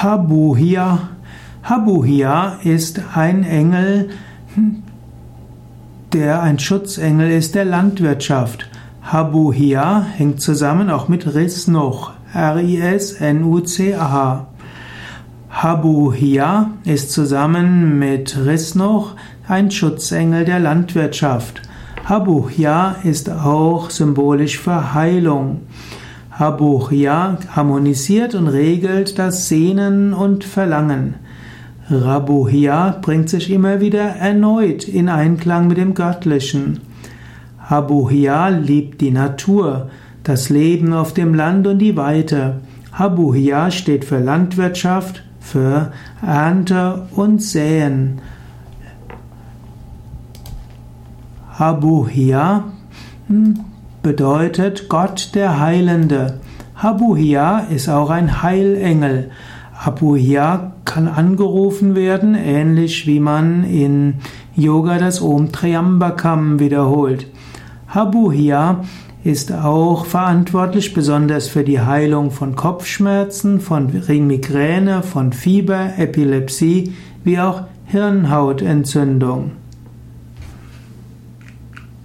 Habuhia. Habuhia ist ein Engel, der ein Schutzengel ist der Landwirtschaft. Habuhia hängt zusammen auch mit Risnuch, R-I-S-N-U-C-H. Habuhia ist zusammen mit Risnuch ein Schutzengel der Landwirtschaft. Habuhia ist auch symbolisch für Heilung. Habuhia harmonisiert und regelt das Sehnen und Verlangen. Rabuhia bringt sich immer wieder erneut in Einklang mit dem Göttlichen. Habuhia liebt die Natur, das Leben auf dem Land und die Weite. Habuhia steht für Landwirtschaft, für Ernte und Säen. Habuhia bedeutet Gott der Heilende. Habuhia ist auch ein Heilengel. Habuhia kann angerufen werden, ähnlich wie man in Yoga das Om Triambakam wiederholt. Habuhia ist auch verantwortlich besonders für die Heilung von Kopfschmerzen, von Migräne, von Fieber, Epilepsie, wie auch Hirnhautentzündung.